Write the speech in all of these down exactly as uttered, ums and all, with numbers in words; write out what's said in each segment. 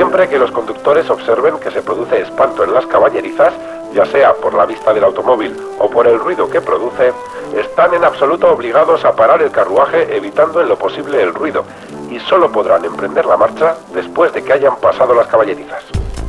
Siempre que los conductores observen que se produce espanto en las caballerizas, ya sea por la vista del automóvil o por el ruido que produce, están en absoluto obligados a parar el carruaje evitando en lo posible el ruido, y solo podrán emprender la marcha después de que hayan pasado las caballerizas.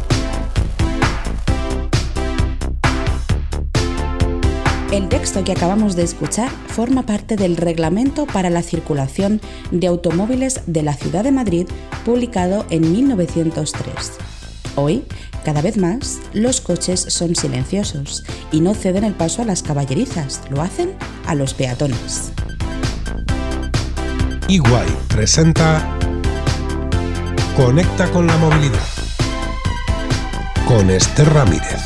El texto que acabamos de escuchar forma parte del Reglamento para la Circulación de Automóviles de la Ciudad de Madrid, publicado en mil novecientos tres. Hoy, cada vez más, los coches son silenciosos y no ceden el paso a las caballerizas, lo hacen a los peatones. E Y presenta Conecta con la movilidad con Esther Ramírez.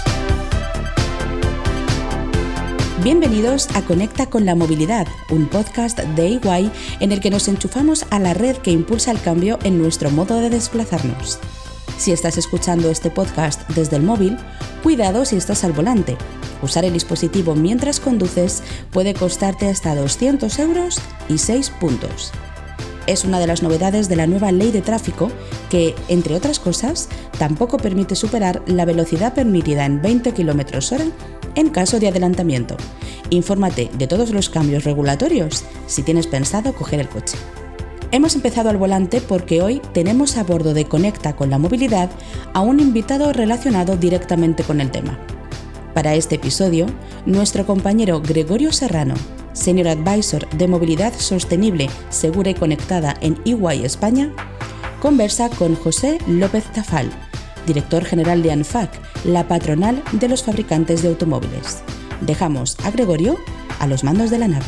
Bienvenidos a Conecta con la Movilidad, un podcast de E Y en el que nos enchufamos a la red que impulsa el cambio en nuestro modo de desplazarnos. Si estás escuchando este podcast desde el móvil, cuidado si estás al volante. Usar el dispositivo mientras conduces puede costarte hasta doscientos euros y seis puntos. Es una de las novedades de la nueva ley de tráfico que, entre otras cosas, tampoco permite superar la velocidad permitida en veinte kilómetros hora en caso de adelantamiento. Infórmate de todos los cambios regulatorios si tienes pensado coger el coche. Hemos empezado al volante porque hoy tenemos a bordo de Conecta con la Movilidad a un invitado relacionado directamente con el tema. Para este episodio, nuestro compañero Gregorio Serrano, Senior Advisor de Movilidad Sostenible, Segura y Conectada en E Y España, conversa con José López Tafal, Director General de ANFAC, la patronal de los fabricantes de automóviles. Dejamos a Gregorio a los mandos de la nave.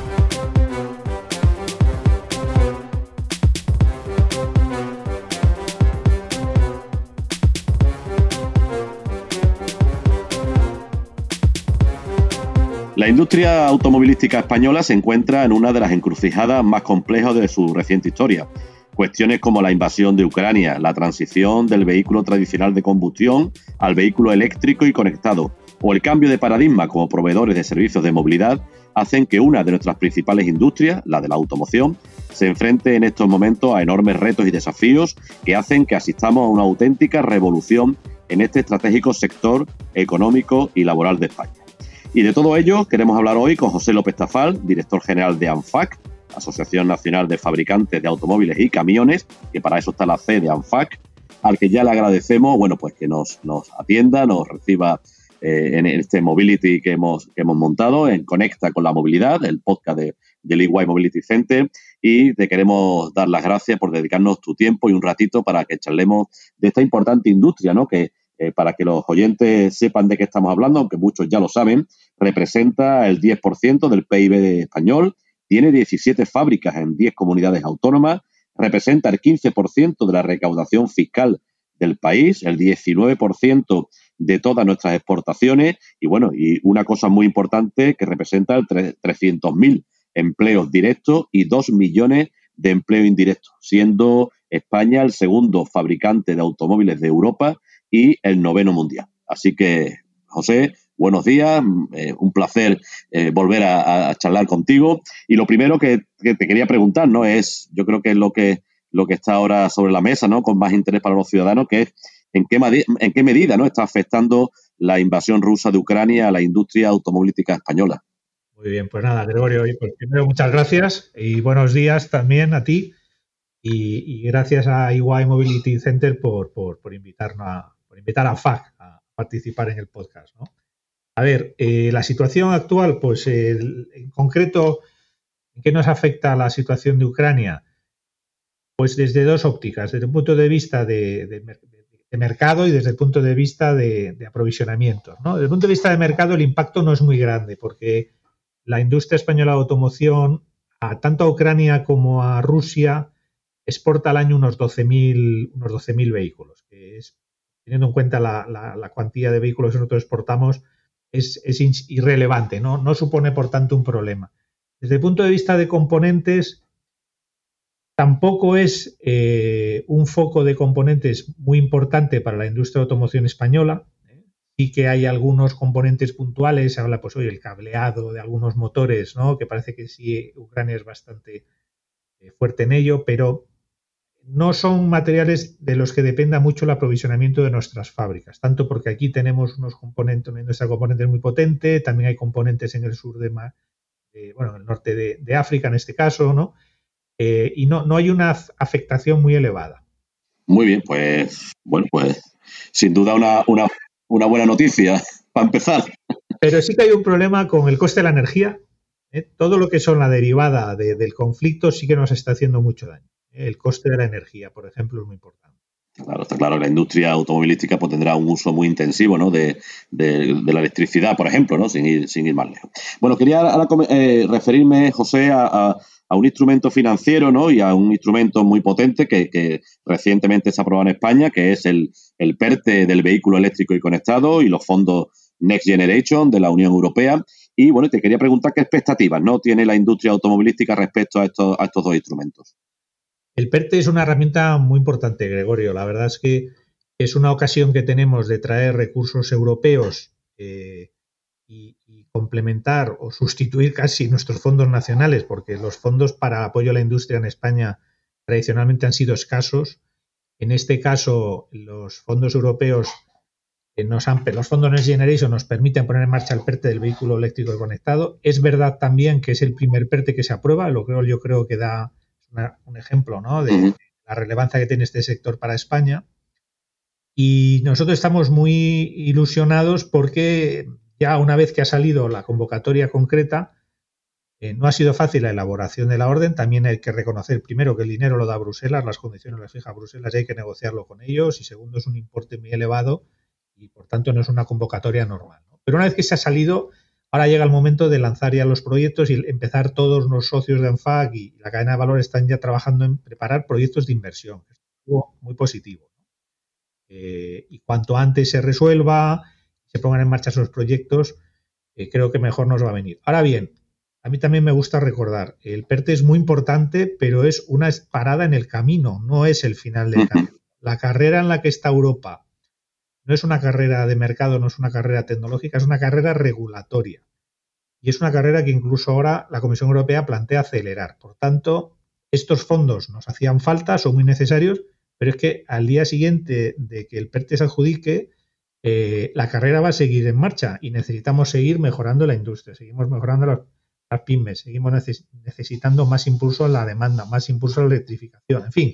La industria automovilística española se encuentra en una de las encrucijadas más complejas de su reciente historia. Cuestiones como la invasión de Ucrania, la transición del vehículo tradicional de combustión al vehículo eléctrico y conectado, o el cambio de paradigma como proveedores de servicios de movilidad, hacen que una de nuestras principales industrias, la de la automoción, se enfrente en estos momentos a enormes retos y desafíos que hacen que asistamos a una auténtica revolución en este estratégico sector económico y laboral de España. Y de todo ello queremos hablar hoy con José López Tafal, director general de ANFAC, Asociación Nacional de Fabricantes de Automóviles y Camiones, que para eso está la C de ANFAC, al que ya le agradecemos, bueno, pues que nos, nos atienda, nos reciba eh, en este Mobility que hemos, que hemos montado en Conecta con la Movilidad, el podcast de, del E Y Mobility Center, y te queremos dar las gracias por dedicarnos tu tiempo y un ratito para que charlemos de esta importante industria, ¿no? Que eh, para que los oyentes sepan de qué estamos hablando, aunque muchos ya lo saben, representa el diez por ciento del P I B español. Tiene diecisiete fábricas en diez comunidades autónomas, representa el quince por ciento de la recaudación fiscal del país, el diecinueve por ciento de todas nuestras exportaciones y, bueno, y una cosa muy importante que representa el trescientos mil empleos directos y dos millones de empleos indirectos, siendo España el segundo fabricante de automóviles de Europa y el noveno mundial. Así que, José, buenos días, eh, un placer eh, volver a, a charlar contigo. Y lo primero que, que te quería preguntar, ¿no? Es, yo creo que es lo que, lo que está ahora sobre la mesa, ¿no? Con más interés para los ciudadanos, que es en qué, en qué medida, ¿no? está afectando la invasión rusa de Ucrania a la industria automovilística española. Muy bien, pues nada, Gregorio, pues primero muchas gracias y buenos días también a ti y, y gracias a E Y Mobility Center por, por, por invitarnos a, por invitar a ANFAC a participar en el podcast, ¿no? A ver, eh, la situación actual, pues eh, en concreto, ¿en qué nos afecta la situación de Ucrania? Pues desde dos ópticas, desde el punto de vista de, de, de mercado y desde el punto de vista de, de aprovisionamiento, ¿no? Desde el punto de vista de mercado el impacto no es muy grande porque la industria española de automoción, a, tanto a Ucrania como a Rusia, exporta al año unos doce mil unos doce mil vehículos, que es, teniendo en cuenta la, la, la cuantía de vehículos que nosotros exportamos, Es, es irrelevante, ¿no? No supone, por tanto, un problema. Desde el punto de vista de componentes, tampoco es eh, un foco de componentes muy importante para la industria de automoción española. ¿eh? Sí que hay algunos componentes puntuales, se habla, pues, hoy el cableado de algunos motores, ¿no? Que parece que sí, Ucrania es bastante eh, fuerte en ello, pero no son materiales de los que dependa mucho el aprovisionamiento de nuestras fábricas, tanto porque aquí tenemos unos componentes, una industria de componentes muy potente, también hay componentes en el sur de, de bueno, en el norte de, de África en este caso, ¿no? Eh, y no, no hay una afectación muy elevada. Muy bien, pues, bueno, pues sin duda una, una, una buena noticia para empezar. Pero sí que hay un problema con el coste de la energía. ¿eh? Todo lo que son la derivada de, del conflicto sí que nos está haciendo mucho daño. ¿eh? El coste de la energía, por ejemplo, es muy importante. Claro, está claro, la industria automovilística pues, tendrá un uso muy intensivo, ¿no? de, de, de la electricidad, por ejemplo, ¿no? sin, ir, sin ir más lejos. Bueno, quería ahora, eh, referirme, José, a, a, a un instrumento financiero, ¿no? y a un instrumento muy potente que, que recientemente se ha aprobado en España, que es el, el PERTE del vehículo eléctrico y conectado y los fondos Next Generation de la Unión Europea. Y bueno, te quería preguntar qué expectativas, ¿no? tiene la industria automovilística respecto a estos, a estos dos instrumentos. El PERTE es una herramienta muy importante, Gregorio. La verdad es que es una ocasión que tenemos de traer recursos europeos eh, y, y complementar o sustituir casi nuestros fondos nacionales, porque los fondos para apoyo a la industria en España tradicionalmente han sido escasos. En este caso, los fondos europeos, eh, nos han, los fondos Next Generation nos permiten poner en marcha el PERTE del vehículo eléctrico y conectado. Es verdad también que es el primer PERTE que se aprueba, lo creo, yo creo que da Una, un ejemplo, ¿no? de, uh-huh. de la relevancia que tiene este sector para España. Y nosotros estamos muy ilusionados porque ya una vez que ha salido la convocatoria concreta, eh, no ha sido fácil la elaboración de la orden. También hay que reconocer, primero, que el dinero lo da Bruselas, las condiciones las fija Bruselas y hay que negociarlo con ellos. Y segundo, es un importe muy elevado y, por tanto, no es una convocatoria normal, ¿no? Pero una vez que se ha salido, ahora llega el momento de lanzar ya los proyectos y empezar. Todos los socios de ANFAC y la cadena de valor están ya trabajando en preparar proyectos de inversión. Es algo muy positivo. Eh, y cuanto antes se resuelva, se pongan en marcha esos proyectos, eh, creo que mejor nos va a venir. Ahora bien, a mí también me gusta recordar, el PERTE es muy importante, pero es una parada en el camino, no es el final del camino. La carrera en la que está Europa no es una carrera de mercado, no es una carrera tecnológica, es una carrera regulatoria. Y es una carrera que incluso ahora la Comisión Europea plantea acelerar. Por tanto, estos fondos nos hacían falta, son muy necesarios, pero es que al día siguiente de que el PERTE se adjudique, eh, la carrera va a seguir en marcha y necesitamos seguir mejorando la industria, seguimos mejorando las, las pymes, seguimos neces- necesitando más impulso a la demanda, más impulso a la electrificación. En fin,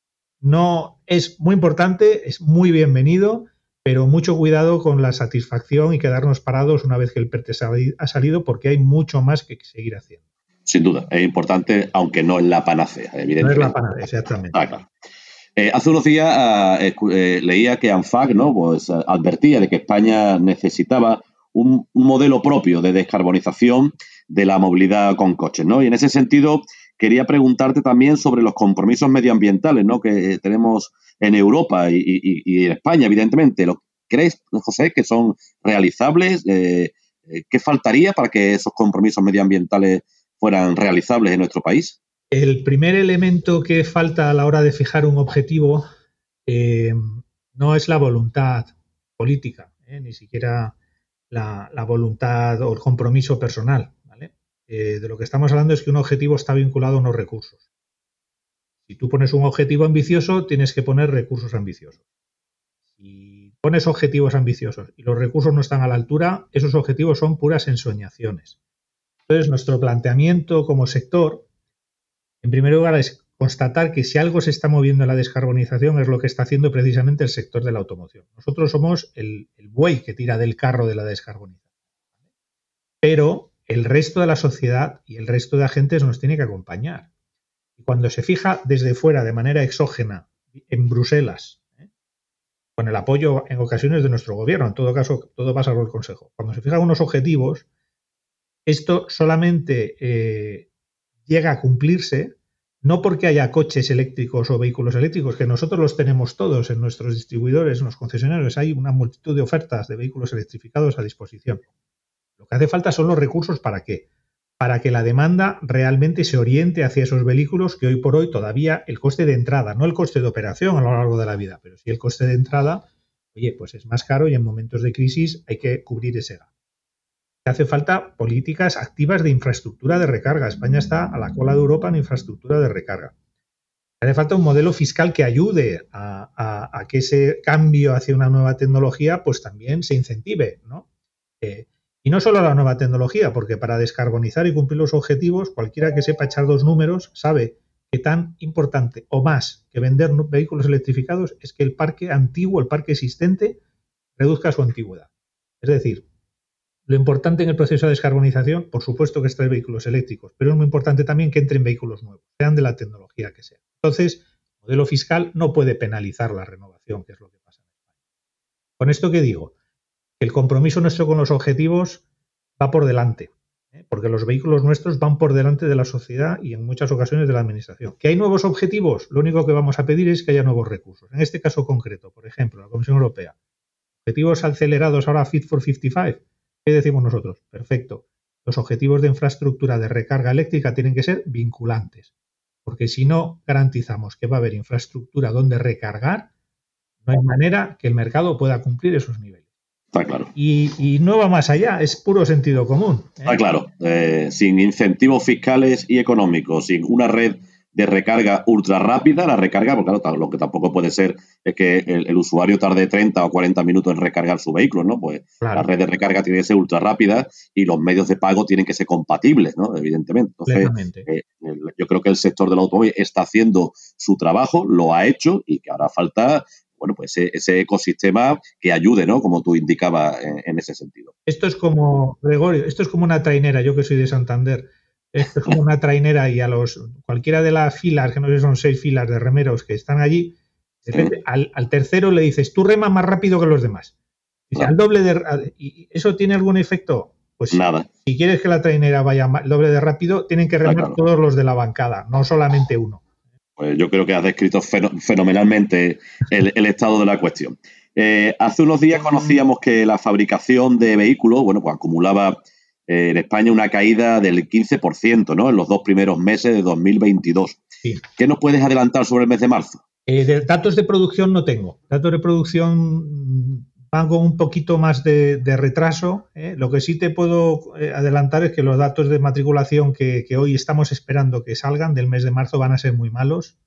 no es muy importante, es muy bienvenido, pero mucho cuidado con la satisfacción y quedarnos parados una vez que el PERTE ha salido, porque hay mucho más que seguir haciendo. Sin duda, es importante, aunque no es la panacea, evidentemente. No es la panacea, exactamente. Ah, claro. Eh, hace unos días eh, eh, leía que ANFAC, ¿no? pues, eh, advertía de que España necesitaba un, un modelo propio de descarbonización de la movilidad con coches, ¿no? Y en ese sentido quería preguntarte también sobre los compromisos medioambientales, ¿no? que tenemos en Europa y, y, y en España, evidentemente. ¿Crees, José, que son realizables? Eh, ¿Qué faltaría para que esos compromisos medioambientales fueran realizables en nuestro país? El primer elemento que falta a la hora de fijar un objetivo eh, no es la voluntad política, eh, ni siquiera la, la voluntad o el compromiso personal, ¿vale? Eh, de lo que estamos hablando es que un objetivo está vinculado a unos recursos. Si tú pones un objetivo ambicioso, tienes que poner recursos ambiciosos. Si pones objetivos ambiciosos y los recursos no están a la altura, esos objetivos son puras ensoñaciones. Entonces, nuestro planteamiento como sector, en primer lugar, es constatar que si algo se está moviendo en la descarbonización es lo que está haciendo precisamente el sector de la automoción. Nosotros somos el, el buey que tira del carro de la descarbonización. Pero el resto de la sociedad y el resto de agentes nos tiene que acompañar. Y cuando se fija desde fuera, de manera exógena, en Bruselas, ¿eh? con el apoyo en ocasiones de nuestro gobierno, en todo caso, todo pasa por el Consejo, cuando se fijan unos objetivos, esto solamente eh, llega a cumplirse no porque haya coches eléctricos o vehículos eléctricos, que nosotros los tenemos todos en nuestros distribuidores, en los concesionarios, hay una multitud de ofertas de vehículos electrificados a disposición. Lo que hace falta son los recursos, ¿para qué? Para que la demanda realmente se oriente hacia esos vehículos que hoy por hoy todavía el coste de entrada, no el coste de operación a lo largo de la vida, pero sí el coste de entrada, oye, pues es más caro y en momentos de crisis hay que cubrir ese gap. Hace falta políticas activas de infraestructura de recarga. España está a la cola de Europa en infraestructura de recarga. Hace falta un modelo fiscal que ayude a, a, a que ese cambio hacia una nueva tecnología pues también se incentive, ¿no? Eh, y no solo la nueva tecnología, porque para descarbonizar y cumplir los objetivos, cualquiera que sepa echar dos números sabe que tan importante o más que vender vehículos electrificados es que el parque antiguo, el parque existente, reduzca su antigüedad. Es decir, lo importante en el proceso de descarbonización, por supuesto que es traer vehículos eléctricos, pero es muy importante también que entren vehículos nuevos, sean de la tecnología que sea. Entonces, el modelo fiscal no puede penalizar la renovación, que es lo que pasa en España. ¿Con esto qué digo? Que el compromiso nuestro con los objetivos va por delante, ¿eh? Porque los vehículos nuestros van por delante de la sociedad y en muchas ocasiones de la administración. ¿Que hay nuevos objetivos? Lo único que vamos a pedir es que haya nuevos recursos. En este caso concreto, por ejemplo, la Comisión Europea. Objetivos acelerados ahora Fit for cincuenta y cinco. ¿Qué decimos nosotros? Perfecto. Los objetivos de infraestructura de recarga eléctrica tienen que ser vinculantes. Porque si no garantizamos que va a haber infraestructura donde recargar, no hay manera que el mercado pueda cumplir esos niveles. Está claro. Y, y no va más allá, es puro sentido común, ¿eh? Está claro. Eh, sin incentivos fiscales y económicos, sin una red de recarga ultra rápida, la recarga, porque claro, lo que tampoco puede ser es que el, el usuario tarde treinta o cuarenta minutos en recargar su vehículo, ¿no? Pues claro, la red de recarga tiene que ser ultra rápida y los medios de pago tienen que ser compatibles, ¿no? Evidentemente. Entonces, eh, el, yo creo que el sector del automóvil está haciendo su trabajo, lo ha hecho y que ahora falta, bueno, pues ese, ese ecosistema que ayude, ¿no? Como tú indicabas en, en ese sentido. Esto es como, Gregorio, esto es como una trainera, yo que soy de Santander. Esto es como una trainera y a los cualquiera de las filas, que no sé si son seis filas de remeros que están allí, de repente, al, al tercero le dices, tú remas más rápido que los demás. Dice, claro, al doble de... ¿Y eso tiene algún efecto? Pues nada. Si quieres que la trainera vaya el doble de rápido, tienen que remar claro, todos los de la bancada, no solamente uno. Pues yo creo que has descrito fenomenalmente el, el estado de la cuestión. Eh, hace unos días conocíamos que la fabricación de vehículos, bueno, pues acumulaba eh, en España una caída del quince por ciento, ¿no? En los dos primeros meses de dos mil veintidós. Sí. ¿Qué nos puedes adelantar sobre el mes de marzo? Eh, de datos de producción no tengo. Datos de producción van con un poquito más de, de retraso. ¿eh? Lo que sí te puedo eh, adelantar es que los datos de matriculación que, que hoy estamos esperando que salgan del mes de marzo van a ser muy malos.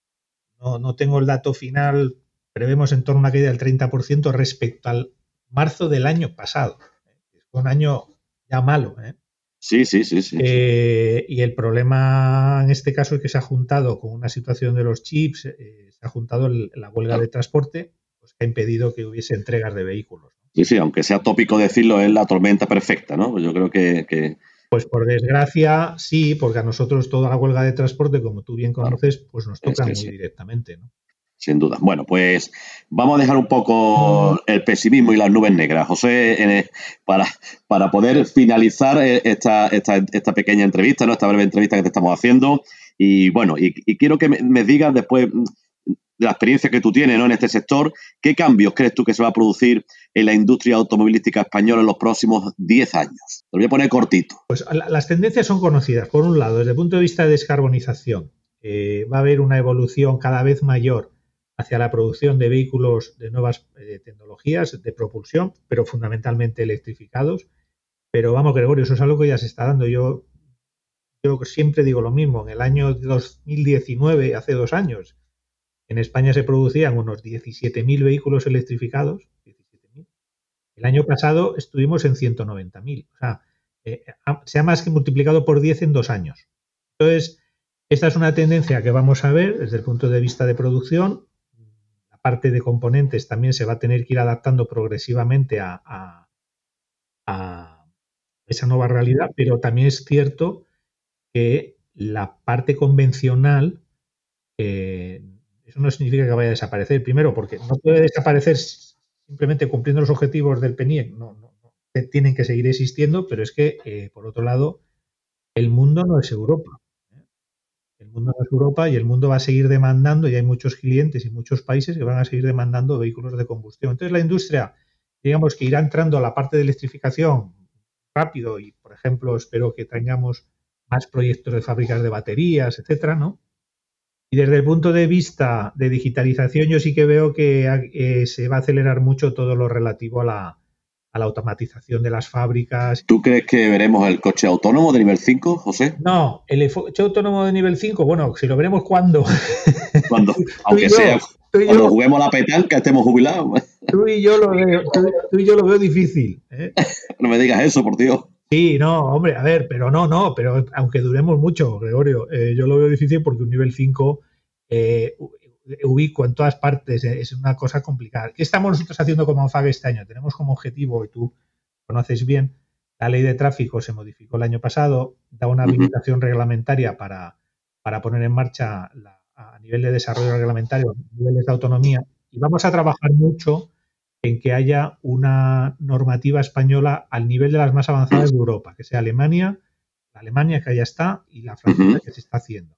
No, no tengo el dato final. Prevemos en torno a una caída del treinta por ciento respecto al marzo del año pasado. Es un año ya malo, ¿eh? Sí, sí, sí. sí, eh, sí. Y el problema en este caso es que se ha juntado con una situación de los chips, eh, se ha juntado el, la huelga claro. de transporte, pues que ha impedido que hubiese entregas de vehículos. Sí, sí, aunque sea tópico decirlo, es la tormenta perfecta, ¿no? Yo creo que... que... Pues por desgracia, sí, porque a nosotros toda la huelga de transporte, como tú bien conoces, claro. pues nos toca es que muy sí. directamente, ¿no? Sin duda. Bueno, pues vamos a dejar un poco el pesimismo y las nubes negras, José, eh, para, para poder finalizar esta, esta, esta pequeña entrevista, ¿no? Esta breve entrevista que te estamos haciendo. Y bueno, y, y quiero que me, me digas después de la experiencia que tú tienes, ¿no? En este sector, ¿qué cambios crees tú que se va a producir en la industria automovilística española en los próximos diez años? Te lo voy a poner cortito. Pues las tendencias son conocidas. Por un lado, desde el punto de vista de descarbonización, eh, va a haber una evolución cada vez mayor hacia la producción de vehículos de nuevas eh, tecnologías de propulsión, pero fundamentalmente electrificados. Pero vamos, Gregorio, eso es algo que ya se está dando. Yo, yo siempre digo lo mismo. En el año dos mil diecinueve, hace dos años, en España se producían unos diecisiete mil vehículos electrificados. diecisiete mil. El año pasado estuvimos en ciento noventa mil. O sea, eh, se ha más que multiplicado por diez en dos años. Entonces, esta es una tendencia que vamos a ver desde el punto de vista de producción. Parte de componentes también se va a tener que ir adaptando progresivamente a, a, a esa nueva realidad, pero también es cierto que la parte convencional, eh, eso no significa que vaya a desaparecer. Primero, porque no puede desaparecer simplemente cumpliendo los objetivos del P N I E C, no, no, no, tienen que seguir existiendo, pero es que, eh, por otro lado, el mundo no es Europa. El mundo no es Europa y el mundo va a seguir demandando, y hay muchos clientes y muchos países que van a seguir demandando vehículos de combustión. Entonces la industria, digamos que irá entrando a la parte de electrificación rápido y, por ejemplo, espero que tengamos más proyectos de fábricas de baterías, etcétera, ¿no? Y desde el punto de vista de digitalización yo sí que veo que eh, se va a acelerar mucho todo lo relativo a la, a la automatización de las fábricas. ¿Tú crees que veremos el coche autónomo de nivel cinco, José? No, el coche autónomo de nivel cinco, bueno, si lo veremos cuándo. Cuando, aunque yo, sea, cuando yo, juguemos la petanca, estemos jubilados. Tú y yo lo veo, tú, tú y yo lo veo difícil. ¿eh? No me digas eso, por Dios. Sí, no, hombre, a ver, pero no, no, pero aunque duremos mucho, Gregorio, eh, yo lo veo difícil porque un nivel cinco eh, ubico en todas partes, eh, es una cosa complicada. ¿Qué estamos nosotros haciendo como ANFAC este año? Tenemos como objetivo, y tú conoces bien, la ley de tráfico se modificó el año pasado, da una habilitación uh-huh. reglamentaria para, para poner en marcha la, a nivel de desarrollo reglamentario, niveles de autonomía, y vamos a trabajar mucho en que haya una normativa española al nivel de las más avanzadas de Europa, que sea Alemania, la Alemania que ya está y la francesa uh-huh. que se está haciendo.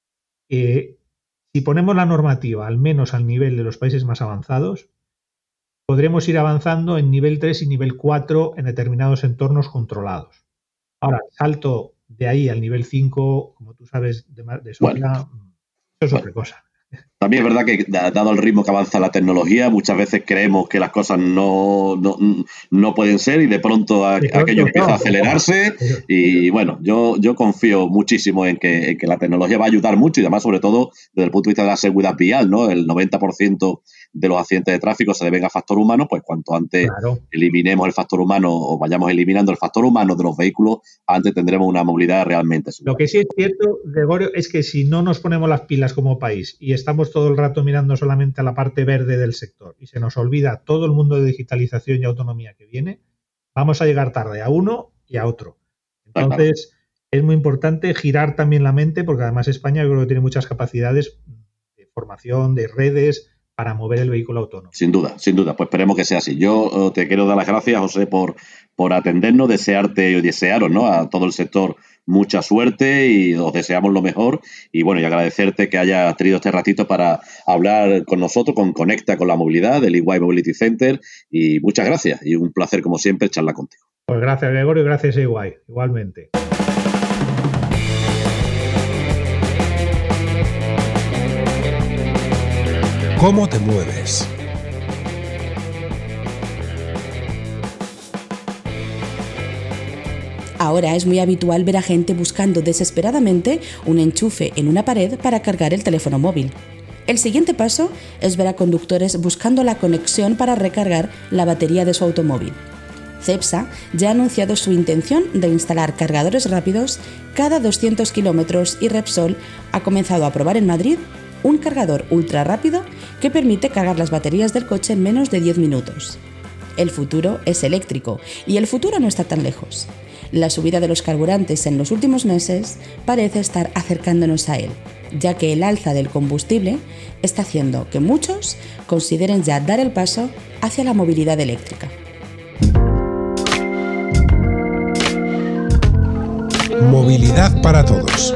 Eh, si ponemos la normativa al menos al nivel de los países más avanzados, podremos ir avanzando en nivel tres y nivel cuatro en determinados entornos controlados. Ahora, salto de ahí al nivel cinco, como tú sabes, de, de sobra, bueno, eso es bueno. otra cosa. También es verdad que, dado el ritmo que avanza la tecnología, muchas veces creemos que las cosas no, no, no pueden ser y de pronto a, de pronto aquello empieza a acelerarse. Y bueno, yo, yo confío muchísimo en que, en que la tecnología va a ayudar mucho y además, sobre todo, desde el punto de vista de la seguridad vial, ¿no? El noventa por ciento de los accidentes de tráfico se deben a factor humano, pues cuanto antes claro. eliminemos el factor humano o vayamos eliminando el factor humano de los vehículos, antes tendremos una movilidad realmente segura. Lo que sí es cierto, Gregorio, es que si no nos ponemos las pilas como país y estamos todo el rato mirando solamente a la parte verde del sector y se nos olvida todo el mundo de digitalización y autonomía que viene, vamos a llegar tarde a uno y a otro. Entonces, claro. es muy importante girar también la mente, porque además España yo creo que tiene muchas capacidades de formación, de redes, para mover el vehículo autónomo. Sin duda, sin duda, pues esperemos que sea así. Yo te quiero dar las gracias, José, por, por atendernos, desearte y desearos, ¿no?, a todo el sector mucha suerte y os deseamos lo mejor. Y bueno, y agradecerte que hayas tenido este ratito para hablar con nosotros, con Conecta con la Movilidad, del E Y Mobility Center. Y muchas gracias y un placer, como siempre, charlar contigo. Pues gracias, Gregorio, y gracias a E Y, igualmente. ¿Cómo te mueves? Ahora es muy habitual ver a gente buscando desesperadamente un enchufe en una pared para cargar el teléfono móvil. El siguiente paso es ver a conductores buscando la conexión para recargar la batería de su automóvil. Cepsa ya ha anunciado su intención de instalar cargadores rápidos cada doscientos kilómetros y Repsol ha comenzado a probar en Madrid un cargador ultra rápido que permite cargar las baterías del coche en menos de diez minutos. El futuro es eléctrico y el futuro no está tan lejos. La subida de los carburantes en los últimos meses parece estar acercándonos a él, ya que el alza del combustible está haciendo que muchos consideren ya dar el paso hacia la movilidad eléctrica. Movilidad para todos.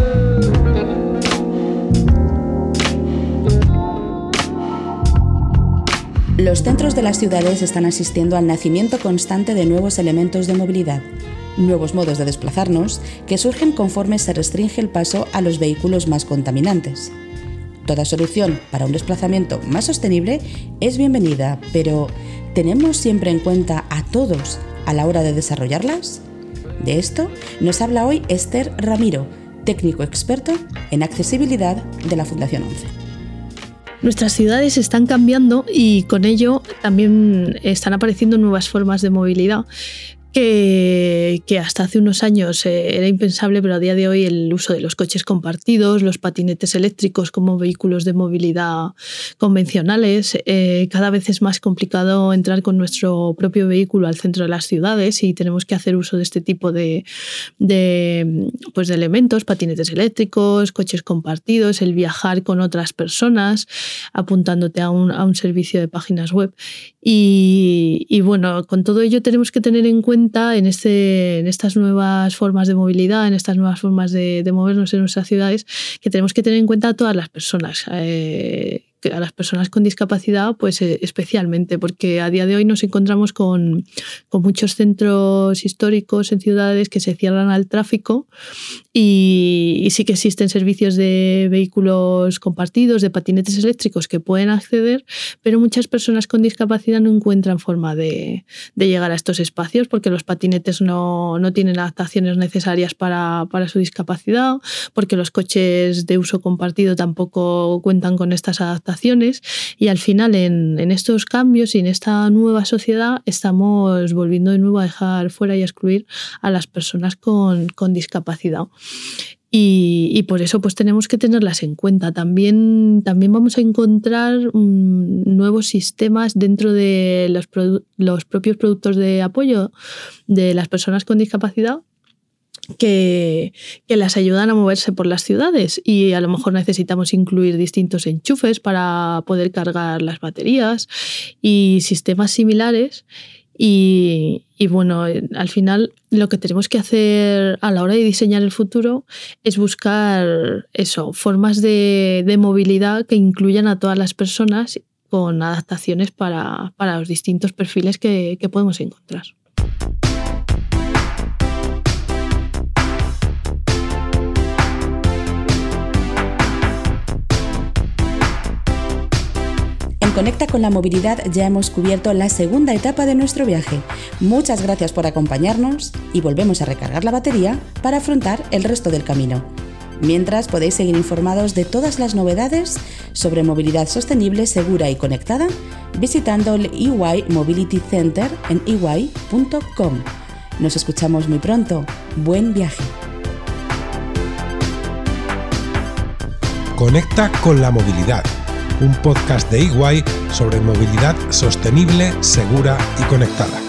Los centros de las ciudades están asistiendo al nacimiento constante de nuevos elementos de movilidad, nuevos modos de desplazarnos que surgen conforme se restringe el paso a los vehículos más contaminantes. Toda solución para un desplazamiento más sostenible es bienvenida, pero ¿tenemos siempre en cuenta a todos a la hora de desarrollarlas? De esto nos habla hoy Esther Ramiro, técnico experto en accesibilidad de la Fundación ONCE. Nuestras ciudades están cambiando y con ello también están apareciendo nuevas formas de movilidad que, que hasta hace unos años eh, era impensable, pero a día de hoy el uso de los coches compartidos, los patinetes eléctricos como vehículos de movilidad convencionales, eh, cada vez es más complicado entrar con nuestro propio vehículo al centro de las ciudades y tenemos que hacer uso de este tipo de, de, pues de elementos, patinetes eléctricos, coches compartidos, el viajar con otras personas, apuntándote a un, a un servicio de páginas web. Y, y bueno, con todo ello tenemos que tener en cuenta en, este, en estas nuevas formas de movilidad, en estas nuevas formas de, de movernos en nuestras ciudades, que tenemos que tener en cuenta a todas las personas, eh, a las personas con discapacidad, pues eh, especialmente, porque a día de hoy nos encontramos con, con muchos centros históricos en ciudades que se cierran al tráfico y, y sí que existen servicios de vehículos compartidos, de patinetes eléctricos que pueden acceder, pero muchas personas con discapacidad no encuentran forma de, de llegar a estos espacios porque los patinetes no, no tienen adaptaciones necesarias para, para su discapacidad, porque los coches de uso compartido tampoco cuentan con estas adaptaciones y al final en, en estos cambios y en esta nueva sociedad estamos volviendo de nuevo a dejar fuera y a excluir a las personas con, con discapacidad. Y, y por eso pues tenemos que tenerlas en cuenta. También, también vamos a encontrar um, nuevos sistemas dentro de los, produ- los propios productos de apoyo de las personas con discapacidad Que, que las ayudan a moverse por las ciudades y a lo mejor necesitamos incluir distintos enchufes para poder cargar las baterías y sistemas similares y, y bueno, al final lo que tenemos que hacer a la hora de diseñar el futuro es buscar eso, formas de, de movilidad que incluyan a todas las personas con adaptaciones para, para los distintos perfiles que, que podemos encontrar. En Conecta con la Movilidad ya hemos cubierto la segunda etapa de nuestro viaje. Muchas gracias por acompañarnos y volvemos a recargar la batería para afrontar el resto del camino. Mientras podéis seguir informados de todas las novedades sobre movilidad sostenible, segura y conectada visitando el E Y Mobility Center en e y punto com. Nos escuchamos muy pronto. Buen viaje. Conecta con la movilidad, un podcast de E Y sobre movilidad sostenible, segura y conectada.